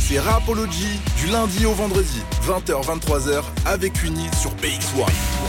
C'est Rapology du lundi au vendredi, 20h-23h avec Uni sur BX1.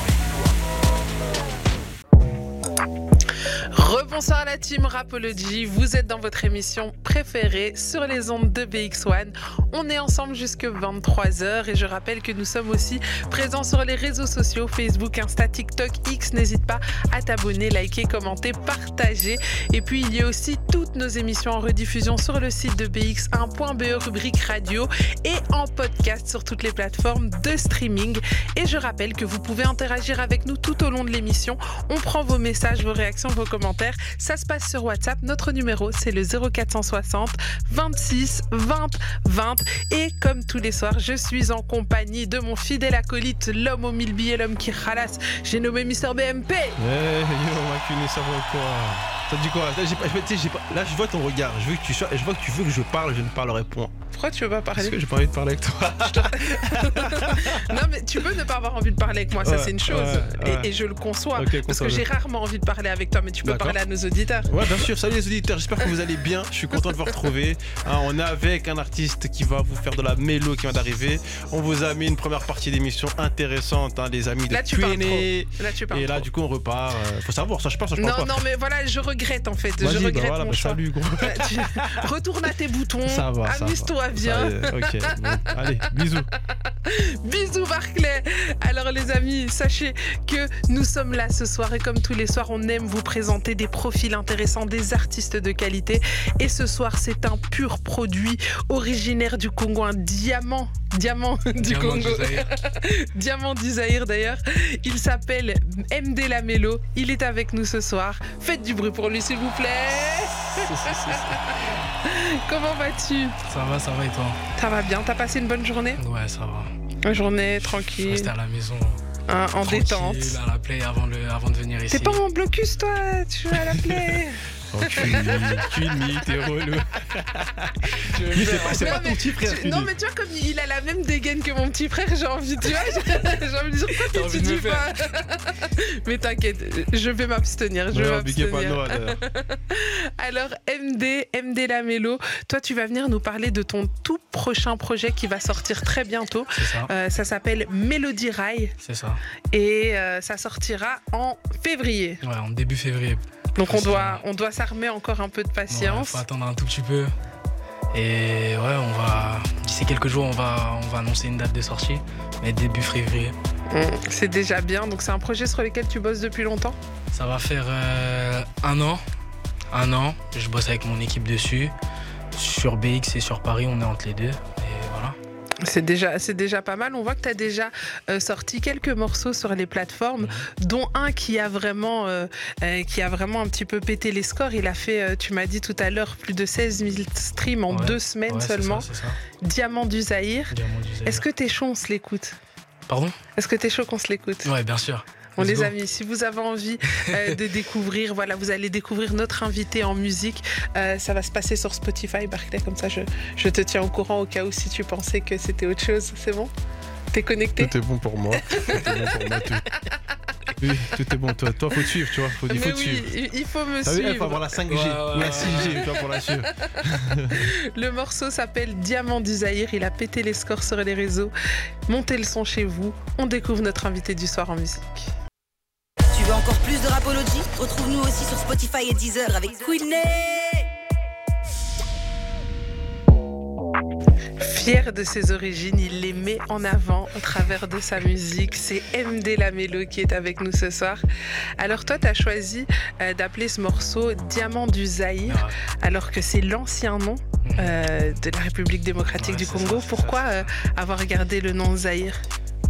Rebonsoir la team Rapology, vous êtes dans votre émission préférée sur les ondes de BX1. On est ensemble jusque 23h et je rappelle que nous sommes aussi présents sur les réseaux sociaux, Facebook, Insta, TikTok, X. N'hésite pas à t'abonner, liker, commenter, partager. Et puis il y a aussi toutes nos émissions en rediffusion sur le site de bx1.be, rubrique radio et en podcast sur toutes les plateformes de streaming. Et je rappelle que vous pouvez interagir avec nous tout au long de l'émission. On prend vos messages, vos réactions, vos commentaires. Ça se passe sur WhatsApp. Notre numéro, c'est le 0460 26 20 20. Et comme tous les soirs, je suis en compagnie de mon fidèle acolyte, l'homme aux 1000 billets, l'homme qui ralasse. J'ai nommé Mister BMP. Hey, yo, Macuné, ça va quoi? Ça te dit quoi? Là, je vois ton regard. Je vois que tu veux que je parle, je ne parlerai point. Pourquoi tu veux pas parler? Parce que j'ai pas envie de parler avec toi. Non, mais tu peux ne pas avoir envie de parler avec moi, ça c'est une chose. Et je le conçois. Okay, parce que j'ai rarement envie de parler avec toi, mais tu peux parler à nos auditeurs. Ouais, bien sûr. Salut les auditeurs, j'espère que vous allez bien. Je suis content de vous retrouver. On est avec un artiste qui va vous faire de la mélo qui vient d'arriver. On vous a mis une première partie d'émission intéressante, les amis de Là, tu parles trop. Là, tu parles. Et là, du coup, on repart. Faut savoir, ça je pense. Non, mais voilà, je regrette en fait. Vas-y, je regrette mon choix. Salut, gros. Retourne à tes boutons. Ça va. Amuse-toi bien. Ok, bon. Allez, bisous. Bisous Barclay. Alors les amis, sachez que nous sommes là ce soir et comme tous les soirs, on aime vous présenter des profils intéressants, des artistes de qualité. Et ce soir, c'est un pur produit originaire du Congo, un diamant du Congo. Diamant du Zaïre d'ailleurs. Il s'appelle MD Lamelo. Il est avec nous ce soir. Faites du bruit pour lui s'il vous plaît. Comment vas-tu? Ça va et toi? Ça va bien, t'as passé une bonne journée? Ouais, ça va. Une journée tranquille. Je restais à la maison. En détente. À la play avant de venir ici. T'es pas en blocus toi, tu es à la play. Cuni, t'es relou. C'est pas ton petit frère. Non mais tu vois comme il a la même dégaine que mon petit frère, j'ai envie de dire pourquoi tu dis pas. Mais t'inquiète, je vais m'abstenir. Alors MD Lamelo, toi tu vas venir nous parler de ton tout prochain projet qui va sortir très bientôt. C'est ça. Ça s'appelle Mélodie Rail. C'est ça. Et ça sortira en février. Ouais, en début février. Donc on doit s'armer encore un peu de patience. Il faut attendre un tout petit peu. Et ouais, d'ici quelques jours, on va annoncer une date de sortie, mais début février. C'est déjà bien. Donc c'est un projet sur lequel tu bosses depuis longtemps? Ça va faire un an. Je bosse avec mon équipe dessus. Sur BX et sur Paris, on est entre les deux. Et voilà. C'est déjà pas mal. On voit que tu as déjà sorti quelques morceaux sur les plateformes, dont un qui a vraiment un petit peu pété les scores. Il a fait, tu m'as dit tout à l'heure, plus de 16 000 streams en 2 semaines seulement. C'est ça. Diamant du Zaïre. Est-ce que t'es chaud, on se l'écoute? Pardon? Est-ce que t'es chaud qu'on se l'écoute? Ouais, bien sûr. Bon les amis, si vous avez envie de découvrir, voilà, vous allez découvrir notre invité en musique. Ça va se passer sur Spotify, Barclay, comme ça je te tiens au courant au cas où si tu pensais que c'était autre chose. C'est bon? T'es connecté? Tout est bon pour moi. Oui, tout est bon. Toi, faut te suivre, tu vois. Il faut te suivre. Il faut me suivre. Il faut avoir la 5G ou la 6G, tu vois, pour la suivre. Le morceau s'appelle Diamant du Zaïre. Il a pété les scores sur les réseaux. Montez le son chez vous. On découvre notre invité du soir en musique. Tu veux encore plus de Rapology? Retrouve-nous aussi sur Spotify et Deezer avec Queenie. Fier de ses origines, il les met en avant au travers de sa musique. C'est MD Lamelo qui est avec nous ce soir. Alors toi, tu as choisi d'appeler ce morceau Diamant du Zaïre, alors que c'est l'ancien nom de la République démocratique du Congo. Pourquoi avoir gardé le nom Zaïre?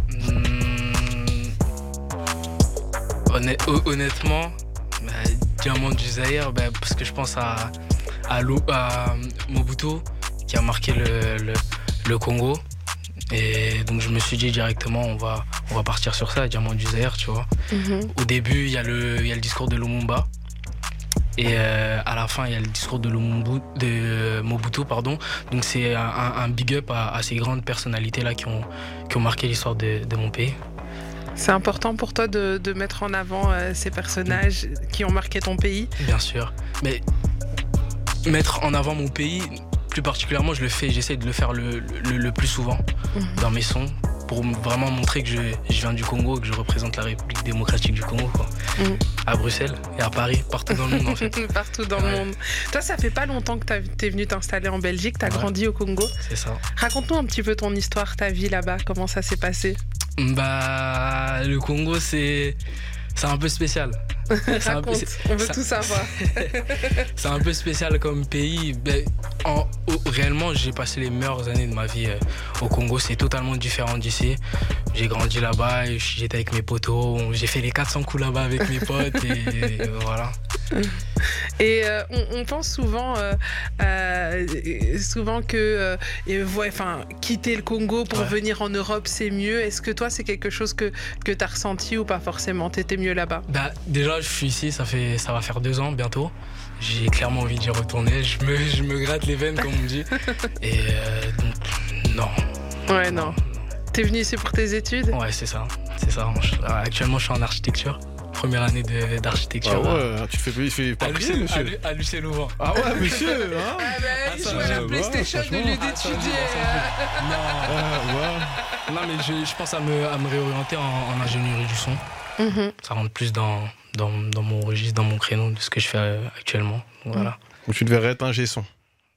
Honnêtement, Diamant du Zaïre, parce que je pense à Mobutu qui a marqué le Congo. Et donc je me suis dit directement on va partir sur ça, Diamant du Zaïre, tu vois. Au début, il y a le discours de Lumumba. Et à la fin, il y a le discours de Mobutu, pardon. Donc c'est un big up à ces grandes personnalités-là qui ont marqué l'histoire de mon pays. C'est important pour toi de mettre en avant ces personnages qui ont marqué ton pays? Bien sûr. Mais mettre en avant mon pays, plus particulièrement, j'essaie de le faire le plus souvent dans mes sons pour vraiment montrer que je viens du Congo, que je représente la République démocratique du Congo, quoi. À Bruxelles et à Paris, partout dans le monde en fait. Partout dans le monde. Toi, ça fait pas longtemps que t'es venu t'installer en Belgique, t'as grandi au Congo. C'est ça. Raconte-nous un petit peu ton histoire, ta vie là-bas, comment ça s'est passé? Bah, le Congo, c'est un peu spécial. Raconte, on veut tout savoir. C'est un peu spécial comme pays. Réellement, j'ai passé les meilleures années de ma vie au Congo. C'est totalement différent d'ici. J'ai grandi là-bas, j'étais avec mes potos, j'ai fait les 400 coups là-bas avec mes potes et voilà. Et on pense souvent que quitter le Congo pour venir en Europe, c'est mieux. Est-ce que toi, c'est quelque chose que tu as ressenti ou pas forcément? T'étais mieux là-bas? Bah, déjà, je suis ici, ça va faire 2 ans bientôt. J'ai clairement envie d'y retourner. Je me gratte les veines, comme on dit. Et donc, non. Ouais, non. T'es venu ici pour tes études? Ouais, c'est ça. Actuellement, je suis en architecture. Première année d'architecture. Ah ouais, tu fais pas rien, monsieur. À l'UCLouvain. Ah ouais, monsieur, hein? Il joue à la PlayStation au lieu d'étudier. Non, mais je pense à me réorienter en ingénierie du son. Ça rentre plus dans mon registre, dans mon créneau de ce que je fais actuellement. Voilà. Donc tu devrais être ingé son.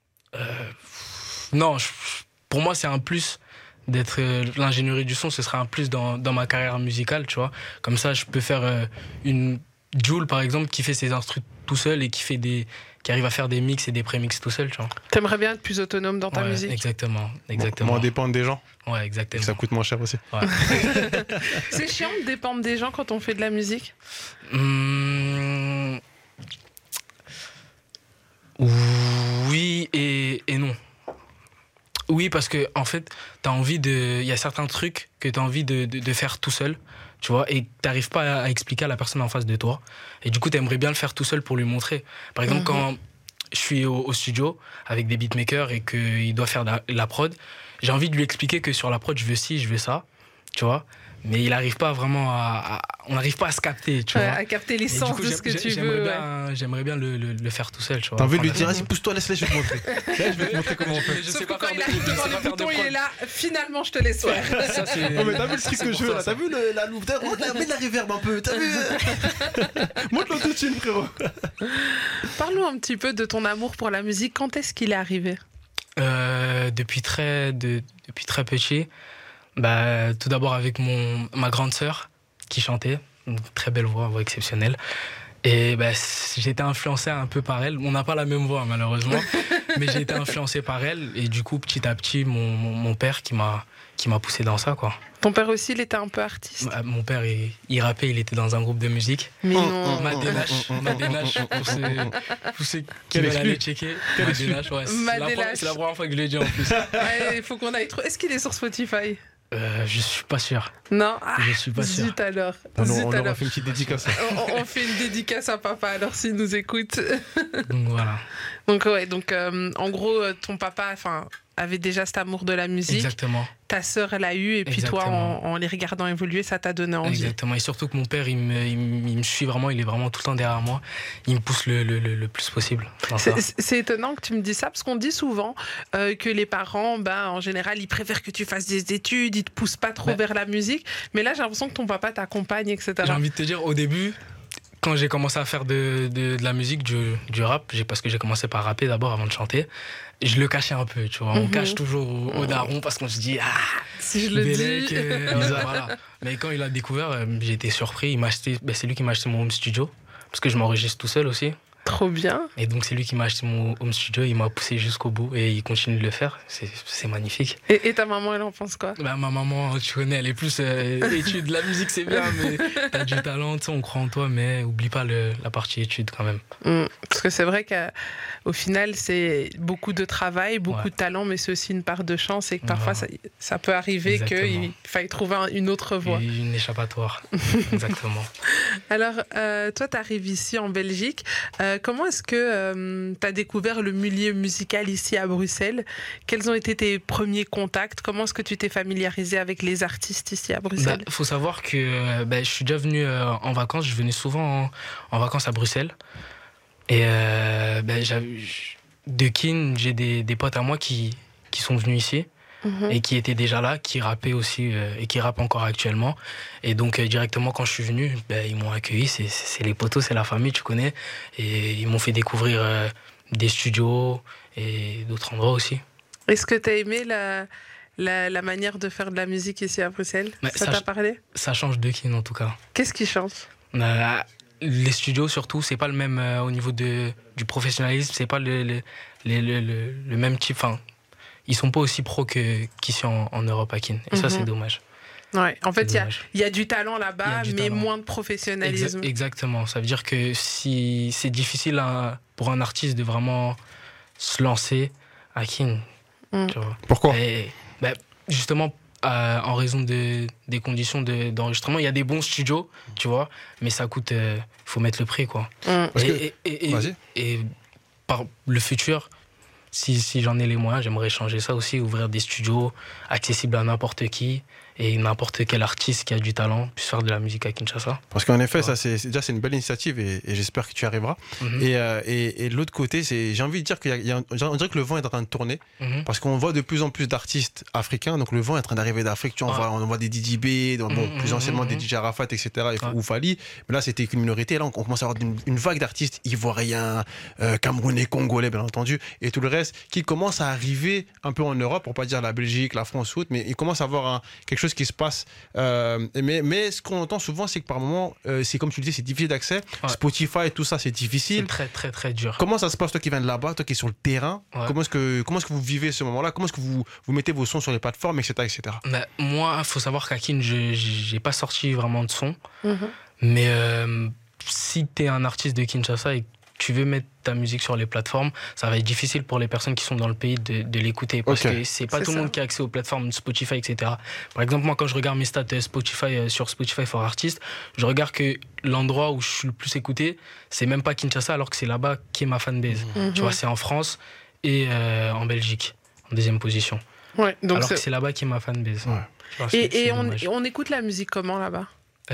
Non, pour moi, c'est un plus. D'être l'ingénierie du son, ce serait un plus dans ma carrière musicale, tu vois. Comme ça, je peux faire une Jul, par exemple, qui fait ses instrus tout seul et qui arrive à faire des mix et des prémix tout seul, tu vois. T'aimerais bien être plus autonome dans ta musique? Exactement. Moins dépendre des gens. Ouais, exactement. Et ça coûte moins cher aussi. Ouais. C'est chiant de dépendre des gens quand on fait de la musique? Oui et non. Oui, parce que en fait, il y a certains trucs que tu as envie de faire tout seul, tu vois, et t'arrives pas à expliquer à la personne en face de toi. Et du coup, tu aimerais bien le faire tout seul pour lui montrer. Par exemple, quand je suis au studio avec des beatmakers et qu'il doit faire la prod, j'ai envie de lui expliquer que sur la prod, je veux ci, je veux ça, tu vois. Mais il n'arrive pas vraiment on n'arrive pas à se capter, tu vois. À capter l'essence de ce que tu veux. J'aimerais bien le faire tout seul, tu vois. T'as envie de lui dire, vas-y, pousse-toi, laisse-les, je vais te montrer. Là, je vais te montrer comment on fait. Sauf que quand il arrive devant le bouton, il est là, finalement, je te laisse faire. Ça, mais t'as vu le truc que je veux, là? T'as vu la loupe? Mets de la reverb un peu, t'as vu? Montre l'autotune, frérot. Parlons un petit peu de ton amour pour la musique. Quand est-ce qu'il est arrivé? Depuis très petit. Bah, tout d'abord avec ma grande sœur qui chantait, une très belle voix exceptionnelle. Et bah, j'ai été influencé un peu par elle. On n'a pas la même voix malheureusement, mais j'ai été influencé par elle. Et du coup, petit à petit, mon père qui m'a poussé dans ça, quoi. Ton père aussi, il était un peu artiste? Mon père, il rappait, il était dans un groupe de musique. Mais non. Madénache, pour ceux qui veulent aller checker. Madénache, ouais. C'est la première fois que je l'ai dit en plus. Il faut qu'on aille trop. Est-ce qu'il est sur Spotify? Je suis pas sûr. Non, je suis pas sûr. Zut alors. On leur a fait une petite dédicace. On fait une dédicace à papa alors s'il nous écoute. Donc voilà. Donc en gros ton papa avait déjà cet amour de la musique. Exactement. Ta sœur l'a eu et puis toi en les regardant évoluer ça t'a donné envie. Exactement, et surtout que mon père il me suit vraiment, il est vraiment tout le temps derrière moi, il me pousse le plus possible. C'est étonnant que tu me dis ça parce qu'on dit souvent que les parents en général ils préfèrent que tu fasses des études, ils te poussent pas trop vers la musique, mais là j'ai l'impression que ton papa t'accompagne, etc. J'ai envie de te dire, au début quand j'ai commencé à faire de la musique, du rap, parce que j'ai commencé par rapper d'abord avant de chanter, je le cachais un peu, tu vois. On cache toujours au daron parce qu'on se dit, si je le dis. Voilà. Mais quand il a découvert, j'ai été surpris. C'est lui qui m'a acheté mon home studio parce que je m'enregistre tout seul aussi. Trop bien. Et donc c'est lui qui m'a acheté mon home studio, il m'a poussé jusqu'au bout et il continue de le faire. C'est magnifique. Et ta maman, elle en pense quoi? Ma maman, tu connais, elle est plus études. La musique c'est bien, mais t'as du talent, on croit en toi, mais oublie pas la partie études quand même. Parce que c'est vrai qu'au final c'est beaucoup de travail, beaucoup de talent, mais c'est aussi une part de chance et que parfois ça peut arriver qu'il faille trouver une autre voie. Une échappatoire, exactement. Alors toi t'arrives ici en Belgique. Comment est-ce que tu as découvert le milieu musical ici à Bruxelles? Quels ont été tes premiers contacts? Comment est-ce que tu t'es familiarisé avec les artistes ici à Bruxelles? Faut savoir que je suis déjà venu en vacances. Je venais souvent en vacances à Bruxelles. Et de Kin, j'ai des potes à moi qui sont venus ici et qui étaient déjà là, qui rappaient aussi et qui rappent encore actuellement. Et donc directement quand je suis venu, ils m'ont accueilli, c'est les potos, c'est la famille, tu connais. Et ils m'ont fait découvrir des studios et d'autres endroits aussi. Est-ce que tu as aimé la manière de faire de la musique ici à Bruxelles? Ça t'a parlé? Ça change de Kin en tout cas. Qu'est-ce qui change? Les studios surtout, c'est pas le même au niveau du professionnalisme, c'est pas le même type. Enfin, ils sont pas aussi pros qu'ici en Europe à Kin. Et ça, c'est dommage. Ouais, en fait, il y a du talent là-bas, mais moins de professionnalisme. Exactement. Ça veut dire que si c'est difficile pour un artiste de vraiment se lancer à Kin. Tu vois. Pourquoi? Justement, en raison des conditions d'enregistrement. Il y a des bons studios, tu vois, mais ça coûte... Il faut mettre le prix, quoi. Et par le futur, si j'en ai les moyens, j'aimerais changer ça aussi, ouvrir des studios accessibles à n'importe qui et n'importe quel artiste qui a du talent puisse faire de la musique à Kinshasa. Parce qu'en effet, ça c'est une belle initiative et j'espère que tu y arriveras. Et de l'autre côté, j'ai envie de dire on dirait que le vent est en train de tourner parce qu'on voit de plus en plus d'artistes africains. Donc le vent est en train d'arriver d'Afrique. On voit des DJ B, plus anciennement des DJ Arafat, etc. ou Fali. Mais là, c'était qu'une minorité. Et là, on commence à avoir une vague d'artistes ivoiriens, camerounais, congolais, bien entendu, et tout le reste qui commence à arriver un peu en Europe, pour pas dire la Belgique, la France ou autre, mais il commence à avoir quelque chose qui se passe. Mais ce qu'on entend souvent, c'est que par moment, c'est comme tu le dis, c'est difficile d'accès. Spotify et tout ça, c'est difficile. C'est très, très, très dur. Comment ça se passe, toi qui viens de là-bas, toi qui es sur le terrain? Comment est-ce que vous vivez ce moment-là? Comment est-ce que vous mettez vos sons sur les plateformes, etc. etc. Moi, il faut savoir qu'à Kin, je n'ai pas sorti vraiment de son. Mais si tu es un artiste de Kinshasa et que tu veux mettre ta musique sur les plateformes, ça va être difficile pour les personnes qui sont dans le pays de l'écouter parce que c'est pas tout le monde qui a accès aux plateformes Spotify, etc. Par exemple, moi, quand je regarde mes stats Spotify sur Spotify for Artists, je regarde que l'endroit où je suis le plus écouté, c'est même pas Kinshasa, alors que c'est là-bas qu'est ma fanbase. Tu vois, c'est en France et en Belgique, en deuxième position. Ouais, donc alors que c'est là-bas qu'est ma fanbase. Et on écoute la musique comment là-bas?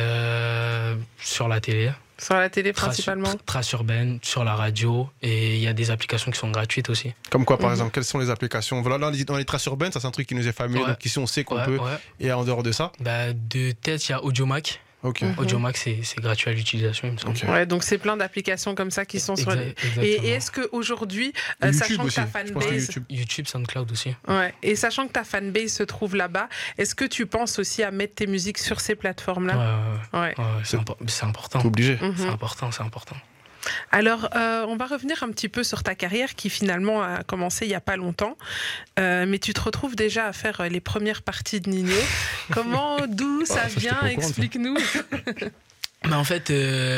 Sur la télé. Sur la télé principalement? Trace urbaine, sur la radio, et il y a des applications qui sont gratuites aussi. Comme quoi, par exemple, quelles sont les applications? Voilà, là, dans les traces urbaines, ça c'est un truc qui nous est familier, donc ici on sait qu'on peut. Et en dehors de ça? De tête, il y a Audiomack. Audiomack, c'est gratuit à l'utilisation, il me semble. Ouais, donc c'est plein d'applications comme ça qui sont sur les... Et est-ce qu'aujourd'hui, sachant que ta fanbase... YouTube, SoundCloud aussi. Ouais. Et sachant que ta fanbase se trouve là-bas, est-ce que tu penses aussi à mettre tes musiques sur ces plateformes-là? Ouais. C'est important. T'es obligé. C'est important. Alors, on va revenir un petit peu sur ta carrière qui finalement a commencé il n'y a pas longtemps. Mais tu te retrouves déjà à faire les premières parties de Ninho. D'où ça vient? Explique-nous. En fait,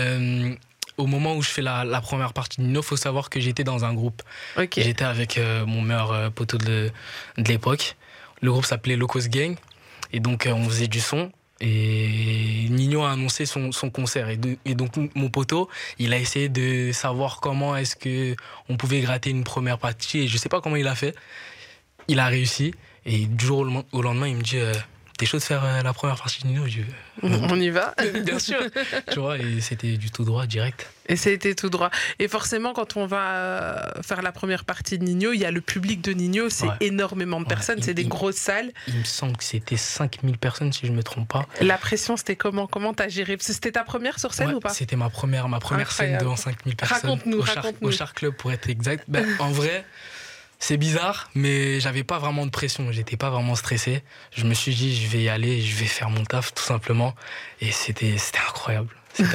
au moment où je fais la première partie de Ninho, il faut savoir que j'étais dans un groupe. J'étais avec mon meilleur poteau de l'époque. Le groupe s'appelait Locos Gang. Et donc, on faisait du son. Et Ninho a annoncé son concert. Et donc, mon poteau, il a essayé de savoir comment est-ce qu'on pouvait gratter une première partie. Et je ne sais pas comment il a fait. Il a réussi. Et du jour au lendemain, il me dit t'es chaud de faire la première partie de Ninho? On y va? Bien sûr. Tu vois, et c'était du tout droit, direct. Et c'était tout droit. Et forcément, quand on va faire la première partie de Ninho, il y a le public de Ninho, c'est énormément de personnes, c'est des grosses salles. Il me semble que c'était 5000 personnes, si je ne me trompe pas. La pression, c'était comment? Comment t'as géré? C'était ta première sur scène ou pas? C'était ma première scène devant 5000 personnes. Raconte-nous. Au Shark Club, pour être exact. En vrai... C'est bizarre, mais j'avais pas vraiment de pression, j'étais pas vraiment stressé. Je me suis dit, je vais y aller, je vais faire mon taf, tout simplement. Et c'était incroyable.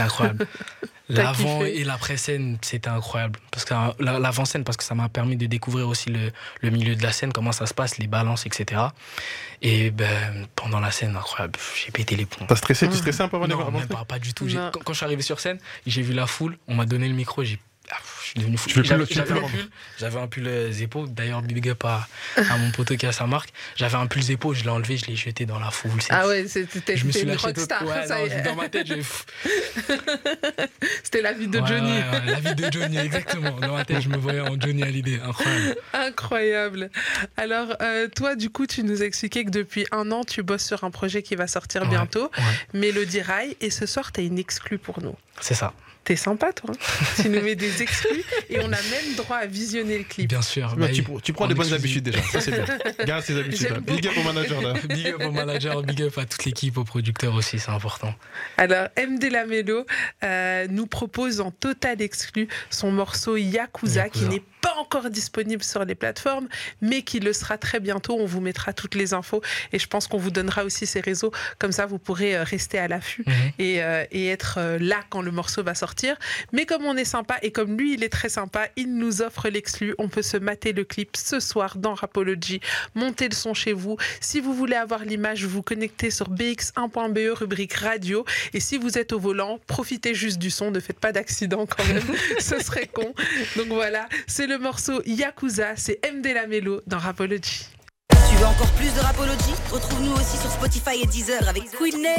L'avant et l'après-scène, c'était incroyable. Parce que l'avant-scène, parce que ça m'a permis de découvrir aussi le milieu de la scène, comment ça se passe, les balances, etc. Et pendant la scène, incroyable, j'ai pété les plombs. T'as stressé? Tu stressais un peu avant? Non, même pas du tout. Quand je suis arrivé sur scène, j'ai vu la foule, on m'a donné le micro, je suis devenu fou. J'avais un pull Zeppo, d'ailleurs big up à mon poteau qui a sa marque. J'avais un pull Zeppo, je l'ai enlevé, je l'ai jeté dans la foule. C'était une rockstar. Dans ma tête, c'était la vie de Johnny. La vie de Johnny, exactement. Dans ma tête, je me voyais en Johnny Hallyday. Incroyable. Alors, toi, du coup, tu nous expliquais que depuis 1 an, tu bosses sur un projet qui va sortir bientôt, Mélodie Rail, et ce soir, tu as une exclue pour nous. C'est ça. T'es sympa, toi. Tu nous mets des exclus. exclu et on a même droit à visionner le clip. Bien sûr. Tu prends des bonnes habitudes déjà, ça c'est bien. Garde ces habitudes là. Big up au manager là. Big up au manager, big up à toute l'équipe, aux producteurs aussi, c'est important. Alors MD Lamelo nous propose en total exclu son morceau Yakuza. Qui n'est pas encore disponible sur les plateformes, mais qui le sera très bientôt. On vous mettra toutes les infos et je pense qu'on vous donnera aussi ses réseaux. Comme ça, vous pourrez rester à l'affût et être là quand le morceau va sortir. Mais comme on est sympa et comme lui, il est très sympa, il nous offre l'exclu. On peut se mater le clip ce soir dans Rapology. Montez le son chez vous. Si vous voulez avoir l'image, vous vous connectez sur bx1.be, rubrique radio. Et si vous êtes au volant, profitez juste du son. Ne faites pas d'accident quand même. Ce serait con. Donc voilà, c'est le morceau Yakuza, c'est MD Lamelo dans Rapology. Tu veux encore plus de Rapology? Retrouve-nous aussi sur Spotify et Deezer avec Queenie.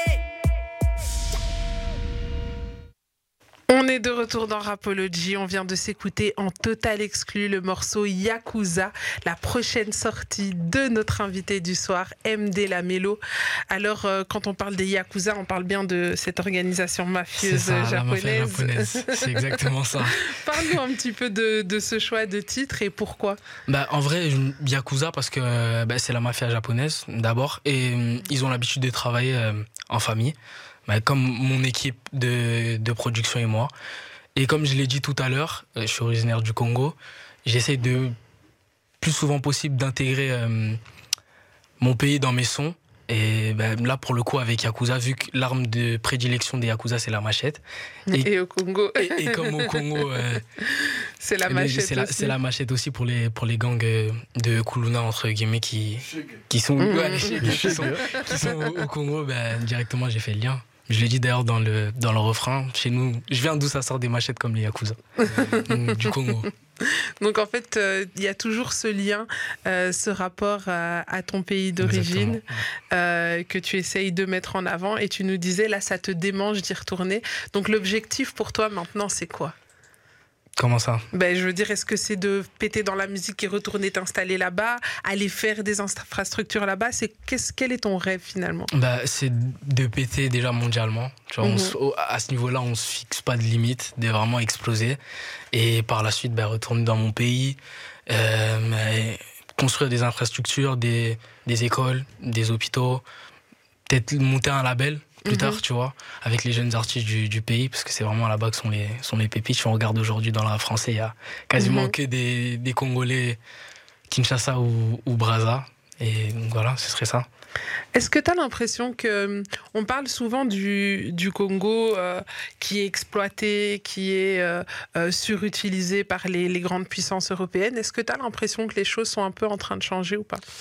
On est de retour dans Rapology, on vient de s'écouter en total exclu le morceau Yakuza, la prochaine sortie de notre invité du soir, MD Lamelo. Alors, quand on parle des Yakuza, on parle bien de cette organisation mafieuse japonaise. C'est exactement ça. Parle-nous un petit peu de ce choix de titre et pourquoi. En vrai, Yakuza parce que c'est la mafia japonaise d'abord et ils ont l'habitude de travailler en famille. Comme mon équipe de production et moi. Et comme je l'ai dit tout à l'heure, je suis originaire du Congo, j'essaie de plus souvent possible d'intégrer mon pays dans mes sons. Et là, pour le coup, avec Yakuza, vu que l'arme de prédilection des Yakuza, c'est la machette. Et au Congo. Et comme au Congo, c'est la machette aussi. C'est la machette aussi pour les gangs de Kuluna, entre guillemets, qui sont au Congo. Directement, j'ai fait le lien. Je l'ai dit d'ailleurs dans le refrain. Chez nous, je viens d'où ça sort des machettes comme les Yakuza, du Congo. Donc en fait, il y a toujours ce lien, ce rapport à ton pays d'origine que tu essayes de mettre en avant. Et tu nous disais, là, ça te démange d'y retourner. Donc l'objectif pour toi maintenant, c'est quoi ? Comment ça ? Je veux dire, est-ce que c'est de péter dans la musique et retourner t'installer là-bas, aller faire des infrastructures là-bas ? Quel est ton rêve finalement ? C'est de péter déjà mondialement. Tu vois, à ce niveau-là, on ne se fixe pas de limite, de vraiment exploser. Et par la suite, retourner dans mon pays, construire des infrastructures, des écoles, des hôpitaux, peut-être monter un label. Plus tard, tu vois, avec les jeunes artistes du pays, parce que c'est vraiment là-bas que sont les pépites. Si on regarde aujourd'hui dans la français, il y a quasiment que des Congolais, Kinshasa ou Brazza. Et donc voilà, ce serait ça. Est-ce que tu as l'impression qu'on parle souvent du Congo qui est exploité, qui est surutilisé par les grandes puissances européennes? Est-ce que tu as l'impression que les choses sont un peu en train de changer ou pas?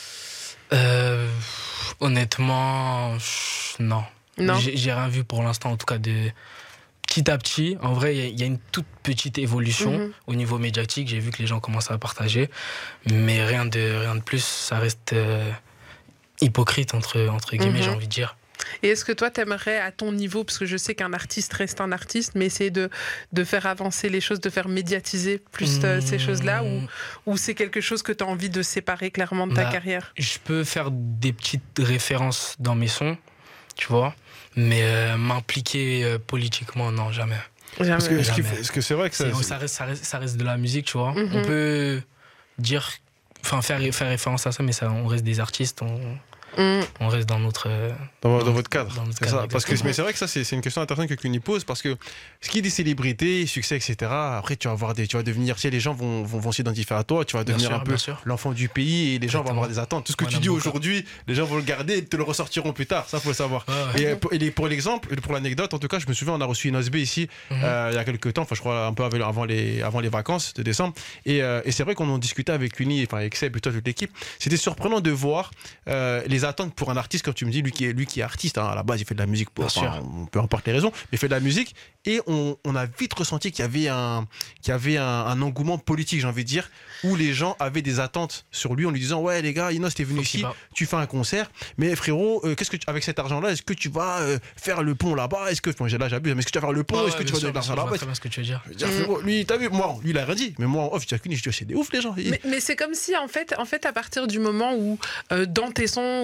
Honnêtement, non. J'ai rien vu pour l'instant, en tout cas, de petit à petit. En vrai, il y a une toute petite évolution au niveau médiatique. J'ai vu que les gens commencent à partager, mais rien de plus. Ça reste hypocrite, entre guillemets, j'ai envie de dire. Et est-ce que toi, t'aimerais à ton niveau, parce que je sais qu'un artiste reste un artiste, mais essayer de faire avancer les choses, de faire médiatiser plus ces choses-là, ou c'est quelque chose que tu as envie de séparer clairement de ta carrière? Je peux faire des petites références dans mes sons, tu vois, mais m'impliquer politiquement, non, jamais. Parce que c'est vrai que ça reste de la musique, tu vois. On peut dire, faire référence à ça, mais on reste des artistes, on reste dans notre dans votre cadre. C'est ça. Parce que mais c'est vrai que ça c'est une question intéressante que Queenie pose, parce que ce qui est des célébrités, succès, etc. Après tu vas devenir, les gens vont s'identifier à toi, tu vas devenir un peu l'enfant du pays et les gens vont avoir des attentes. Tout ce que tu dis aujourd'hui, les gens vont le garder et te le ressortiront plus tard. Ça faut le savoir. Et pour l'exemple, pour l'anecdote, en tout cas, je me souviens, on a reçu une OSB ici il y a quelques temps, je crois un peu avant les vacances de décembre. Et c'est vrai qu'on en discutait avec Queenie, avec Seb et toi, toute l'équipe. C'était surprenant de voir les attentes pour un artiste, comme tu me dis, lui qui est artiste, à la base il fait de la musique, peu importe les raisons, mais il fait de la musique, et on a vite ressenti qu'il y avait un engouement politique, j'ai envie de dire, où les gens avaient des attentes sur lui en lui disant ouais les gars, Inos t'es venu ici, tu fais un concert, mais frérot, qu'est-ce que avec cet argent là, est-ce que tu vas faire le pont là-bas, est-ce que là j'abuse, mais est-ce que tu vas faire le pont, est-ce que tu vas donner de l'argent là-bas? C'est ce que tu veux dire. Frérot, lui t'as vu, lui il a rien dit, mais moi en off je dis c'est des ouf les gens. Mais c'est comme si en fait à partir du moment où dans tes sons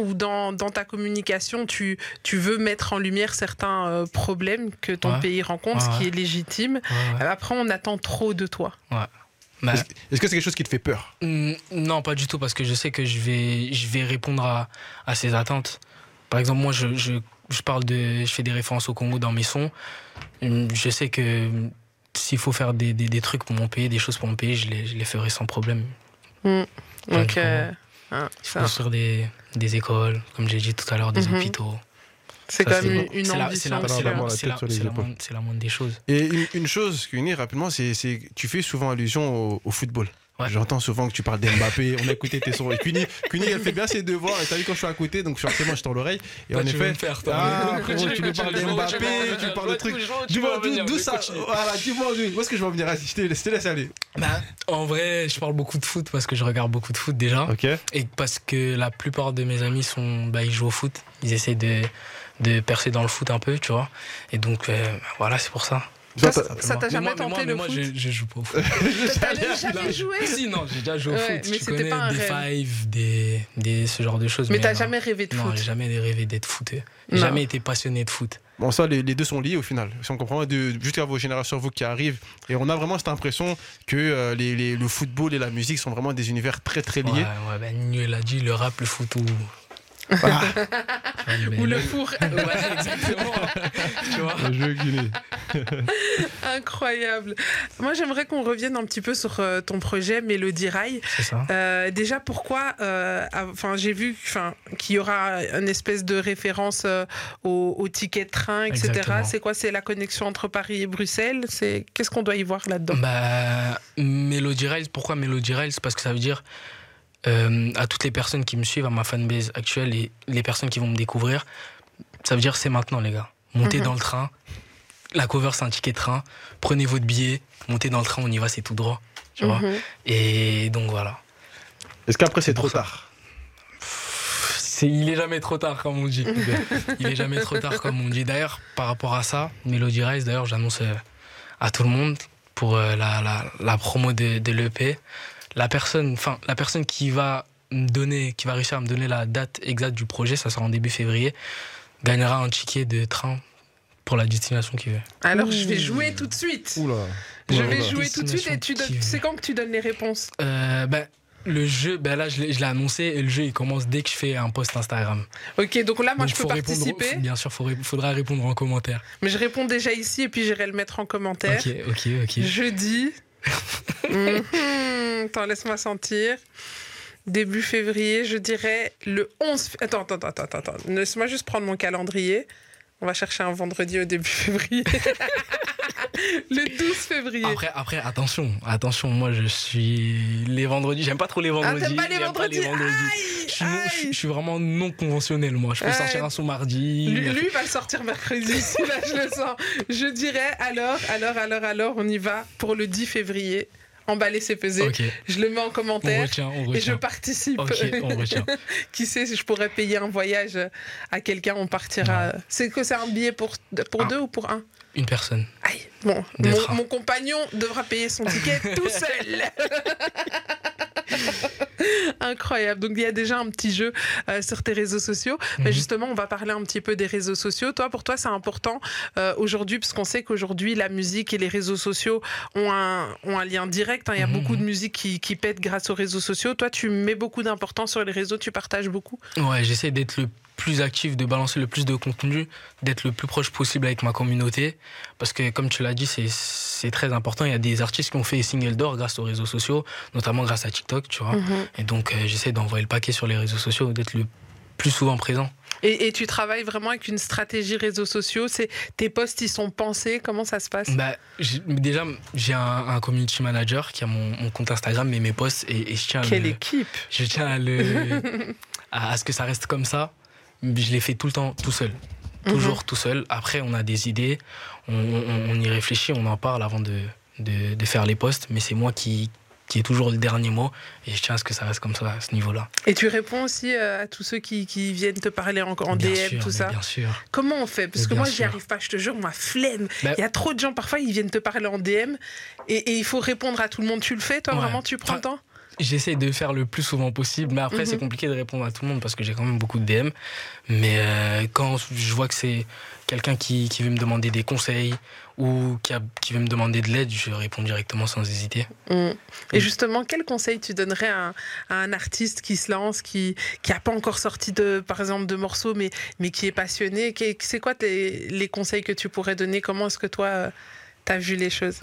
ou dans ta communication, tu veux mettre en lumière certains problèmes que ton pays rencontre, ce qui est légitime. Après, on attend trop de toi. Est-ce que c'est quelque chose qui te fait peur? Non, pas du tout, parce que je sais que je vais répondre à ces attentes. Par exemple, moi, je fais des références au Congo dans mes sons. Je sais que s'il faut faire des trucs pour mon pays, des choses pour mon pays, je les ferai sans problème. Donc, il faut construire des écoles, comme j'ai dit tout à l'heure, des hôpitaux. C'est quand même une ambition. C'est la moindre des choses. Et une chose, Cuny, rapidement, c'est tu fais souvent allusion au football. J'entends souvent que tu parles d'Mbappé, on a écouté tes sons. Et Cuny, elle fait bien ses devoirs, et t'as vu quand je suis à côté, donc forcément je tends l'oreille. Et en effet, tu me parles d'Mbappé, tu me parles de trucs. Dis-moi d'où ça. Voilà, dis-moi où est-ce que je vais en venir. Je te laisse aller. En vrai, je parle beaucoup de foot parce que je regarde beaucoup de foot déjà. Et parce que la plupart de mes amis ils jouent au foot. Ils essaient de percer dans le foot un peu, tu vois. Et donc, voilà, c'est pour ça. Ça t'a jamais tenté le foot? Moi, je joue pas au foot. T'as jamais joué? Si, non, j'ai déjà joué au foot. Mais je c'était pas un des rêve. fives, ce genre de choses. Mais t'as jamais rêvé de foot? Non, j'ai jamais rêvé d'être footé. J'ai jamais été passionné de foot. Bon, ça, les deux sont liés au final. Si on comprend, jusqu'à vos générations, vous qui arrivent. Et on a vraiment cette impression que le football et la musique sont vraiment des univers très très liés. Nul l'a dit, le rap, le foot ou... Ou le four. Exactement. Tu vois, le jeu Guinée. Incroyable. Moi, j'aimerais qu'on revienne un petit peu sur ton projet Mélodie Rail. C'est ça. Déjà, pourquoi j'ai vu qu'il y aura une espèce de référence au ticket de train, etc. Exactement. C'est quoi? C'est la connexion entre Paris et Bruxelles? Qu'est-ce qu'on doit y voir là-dedans? Mélodie Rail, pourquoi Mélodie Rail? C'est parce que ça veut dire à toutes les personnes qui me suivent, à ma fanbase actuelle et les personnes qui vont me découvrir, ça veut dire c'est maintenant, les gars. Montez dans le train. La cover, c'est un ticket de train. Prenez votre billet, montez dans le train, on y va, c'est tout droit. Tu vois. Et donc voilà. Est-ce qu'après c'est trop tard? Il est jamais trop tard, comme on dit. Il est jamais trop tard, comme on dit. D'ailleurs, par rapport à ça, Mélodie Rail, d'ailleurs, j'annonce à tout le monde pour la promo de l'EP. La personne qui va réussir à me donner la date exacte du projet, ça sera en début février, gagnera un ticket de train pour la destination qu'il veut. Alors je vais jouer tout de suite. Je vais jouer tout de suite et c'est quand que tu donnes les réponses? Le jeu, là je l'ai annoncé et le jeu il commence dès que je fais un post Instagram. Ok, donc là moi je peux participer. Bien sûr, faudra répondre en commentaire. Mais je réponds déjà ici et puis j'irai le mettre en commentaire. Ok. Jeudi. Attends, laisse-moi sentir. Début février, je dirais le 11... Attends. Laisse-moi juste prendre mon calendrier. On va chercher un vendredi au début février. Le 12 février. Après, attention, moi je suis... Les vendredis, j'aime pas trop les vendredis. T'aimes pas les vendredis? Je suis vraiment non conventionnel, moi. Je peux sortir un son mardi. Lui va le sortir mercredi, là je le sens. Je dirais alors, on y va pour le 10 février. Emballer, c'est peser. Okay. Je le mets en commentaire. On retient. Et je participe. Ok, on retient. Qui sait si je pourrais payer un voyage à quelqu'un, on partira. Ouais. C'est un billet pour deux ou pour un? Une personne. Aïe, bon, mon compagnon devra payer son ticket tout seul. Incroyable. Donc il y a déjà un petit jeu sur tes réseaux sociaux. Mais justement, on va parler un petit peu des réseaux sociaux. Pour toi, c'est important aujourd'hui, parce qu'on sait qu'aujourd'hui, la musique et les réseaux sociaux ont un lien direct. Il y a beaucoup de musique qui pète grâce aux réseaux sociaux. Toi, tu mets beaucoup d'importance sur les réseaux, tu partages beaucoup? Ouais, j'essaie d'être le plus actif, de balancer le plus de contenu, d'être le plus proche possible avec ma communauté, parce que comme tu l'as dit, c'est très important. Il y a des artistes qui ont fait single d'or grâce aux réseaux sociaux, notamment grâce à TikTok, tu vois. Et donc j'essaie d'envoyer le paquet sur les réseaux sociaux, d'être le plus souvent présent. Et tu travailles vraiment avec une stratégie réseaux sociaux? Tes posts, ils sont pensés? Comment ça se passe? Déjà, j'ai un community manager qui a mon compte Instagram et mes posts, et je tiens Quelle équipe! Je tiens à ce que ça reste comme ça. Je l'ai fait tout le temps tout seul. Toujours tout seul. Après, on a des idées, on y réfléchit, on en parle avant de faire les posts, mais c'est moi qui ai toujours le dernier mot, et je tiens à ce que ça reste comme ça, à ce niveau-là. Et tu réponds aussi à tous ceux qui viennent te parler en DM, tout ça? Bien sûr. Comment on fait? Parce que moi, j'y arrive pas, je te jure, moi, flemme. Il y a trop de gens, parfois, ils viennent te parler en DM, et il faut répondre à tout le monde. Tu le fais, toi, vraiment, tu prends le temps? J'essaie de faire le plus souvent possible, mais après c'est compliqué de répondre à tout le monde parce que j'ai quand même beaucoup de DM. Mais quand je vois que c'est quelqu'un qui veut me demander des conseils ou qui veut me demander de l'aide, je réponds directement sans hésiter. Et justement, quel conseil tu donnerais à un artiste qui se lance, qui n'a pas encore sorti par exemple de morceaux, mais qui est passionné? C'est quoi les conseils que tu pourrais donner? Comment est-ce que toi t'as vu les choses?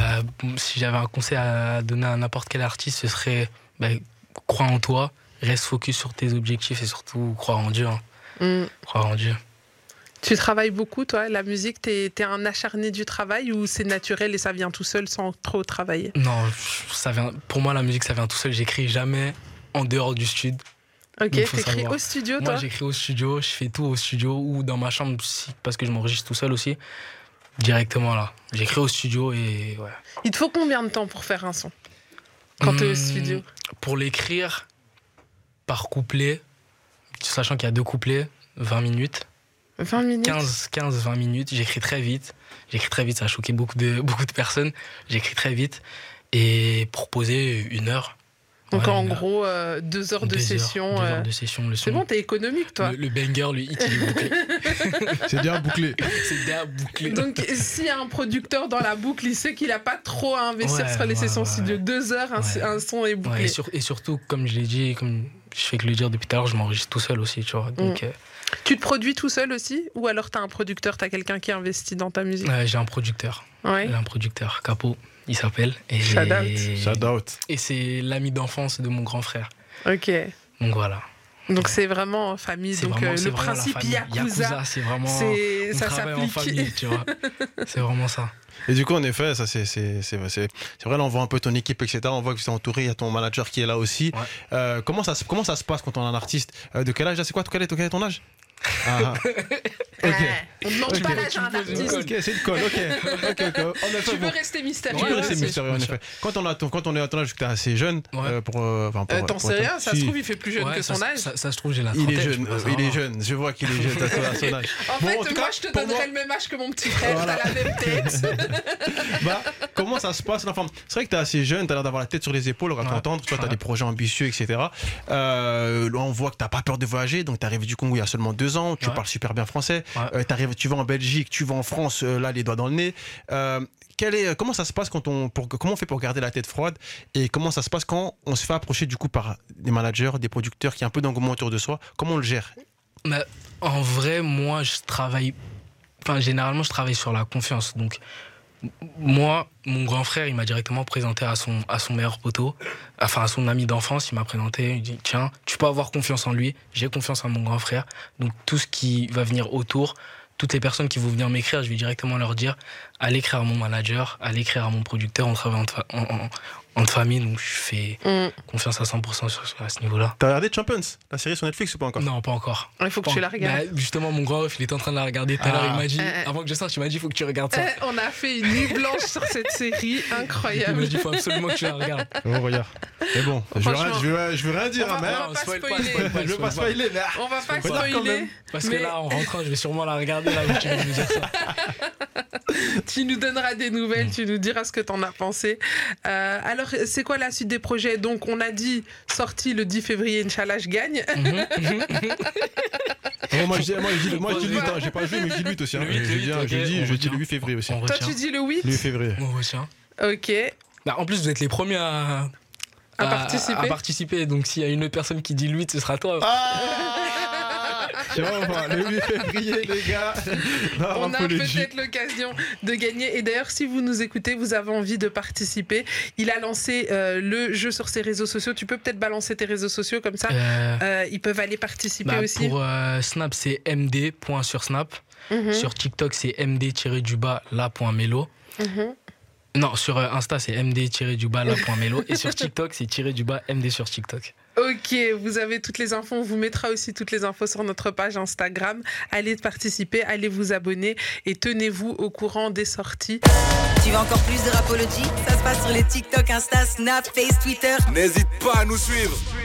Si j'avais un conseil à donner à n'importe quel artiste, ce serait crois en toi, reste focus sur tes objectifs et surtout croire en Dieu. Croire en Dieu. Tu travailles beaucoup, toi, la musique? T'es un acharné du travail ou c'est naturel et ça vient tout seul sans trop travailler? Non, pour moi, la musique, ça vient tout seul. J'écris jamais en dehors du studio. Ok, t'écris au studio, toi? Moi, j'écris au studio, je fais tout au studio ou dans ma chambre, parce que je m'enregistre tout seul aussi. Directement là. J'écris au studio et ouais. Il te faut combien de temps pour faire un son quand t'es au studio? Pour l'écrire, par couplet, sachant qu'il y a 2 couplets, 20 minutes. 20 minutes 15-20 minutes. J'écris très vite, ça a choqué beaucoup de personnes. J'écris très vite et pour poser 1 heure. Donc en gros, 2 heures de session. 2 heures de session, le son. C'est bon, t'es économique, toi. Le banger, le hit, il est bouclé. C'est bien bouclé. Donc s'il y a un producteur dans la boucle, il sait qu'il n'a pas trop à investir sur les sessions studio. 2 heures, un son est bouclé. Et surtout, comme je l'ai dit, comme je fais que le dire depuis tout à l'heure, je m'enregistre tout seul aussi, tu vois. Donc, tu te produis tout seul aussi? Ou alors t'as un producteur, t'as quelqu'un qui investit dans ta musique? J'ai un producteur. Ouais. J'ai un producteur, Capo, il s'appelle. Shout out. Et c'est l'ami d'enfance de mon grand frère. Ok. Donc voilà. Donc c'est vraiment famille. Donc le principe Yakuza, c'est vraiment ça travaille en famille, tu vois. C'est vraiment ça. Et du coup, en effet, ça c'est vrai, là on voit un peu ton équipe, etc. On voit que tu es entouré, il y a ton manager qui est là aussi. Ouais. Comment ça se passe quand on est un artiste? De quel âge? C'est quoi? Quel est ton âge? On ne demande pas l'âge à un artiste. Ok, c'est le code. Ok. Tu veux rester mystérieux? Tu veux rester mystérieux, en effet. Quand on est à ton âge, que tu es assez jeune, t'en sais rien, ça se trouve, il fait plus jeune que son âge. Ça se trouve, j'ai la trentaine. Il est jeune, je vois qu'il est jeune à son âge. En fait, moi, je te donnerais le même âge que mon petit frère, t'as la même tête. Comment ça se passe? C'est vrai que tu es assez jeune, tu as l'air d'avoir la tête sur les épaules, on va t'entendre. Tu as des projets ambitieux, etc. Là, on voit que tu n'as pas peur de voyager, donc tu arrives du Congo il y a seulement 2 ans, tu parles super bien français. Tu vas en Belgique, tu vas en France, là les doigts dans le nez. Comment ça se passe comment on fait pour garder la tête froide, et comment ça se passe quand on se fait approcher du coup par des managers, des producteurs qui ont un peu d'engouement autour de soi? Comment on le gère? En vrai, moi généralement je travaille sur la confiance. Donc moi, mon grand frère, il m'a directement présenté à son meilleur poteau, à son ami d'enfance. Il m'a présenté, il dit tiens, tu peux avoir confiance en lui, j'ai confiance en mon grand frère. Donc tout ce qui va venir autour, toutes les personnes qui vont venir m'écrire, je vais directement leur dire allez écrire à mon manager, allez écrire à mon producteur, on travaille en famille, donc je fais confiance à 100% à ce niveau-là. T'as regardé Champions, la série sur Netflix, ou pas encore? Non, pas encore. Il faut que tu la regardes. Justement, mon grand ref, il était en train de la regarder tout à l'heure. Il m'a dit, avant que je sorte, il m'a dit il faut que tu regardes ça. On a fait une nuit blanche sur cette série, incroyable. Il m'a dit il faut absolument que tu la regardes. Bon, regarde. Mais bon, je veux rien dire, on va pas spoiler. On va pas spoiler. Parce que là, en rentrant, je vais sûrement la regarder. Là, tu vas me dire ça. Tu nous donneras des nouvelles, tu nous diras ce que t'en as pensé. Alors, c'est quoi la suite des projets? Donc, on a dit sortie le 10 février, Inch'Allah, je gagne. Moi, je dis le 8, j'ai pas joué, mais je dis le 8 aussi. Je dis le 8 février aussi. Toi, tu dis le 8? Le 8 février. On retient. Ok. En plus, vous êtes les premiers à participer. Donc, s'il y a une autre personne qui dit le 8, ce sera toi. Le 8 février, les gars. On a peut-être l'occasion de gagner. Et d'ailleurs, si vous nous écoutez, vous avez envie de participer, il a lancé le jeu sur ses réseaux sociaux. Tu peux peut-être balancer tes réseaux sociaux comme ça. Ils peuvent aller participer aussi. Pour Snap, c'est md.sursnap. Sur TikTok, c'est md-la.melo. Non, sur Insta, c'est md-la.melo. Et sur TikTok, c'est _md sur TikTok. Ok, vous avez toutes les infos. On vous mettra aussi toutes les infos sur notre page Instagram. Allez participer, allez vous abonner et tenez-vous au courant des sorties. Tu veux encore plus de Rapology? Ça se passe sur les TikTok, Insta, Snap, Face, Twitter. N'hésite pas à nous suivre.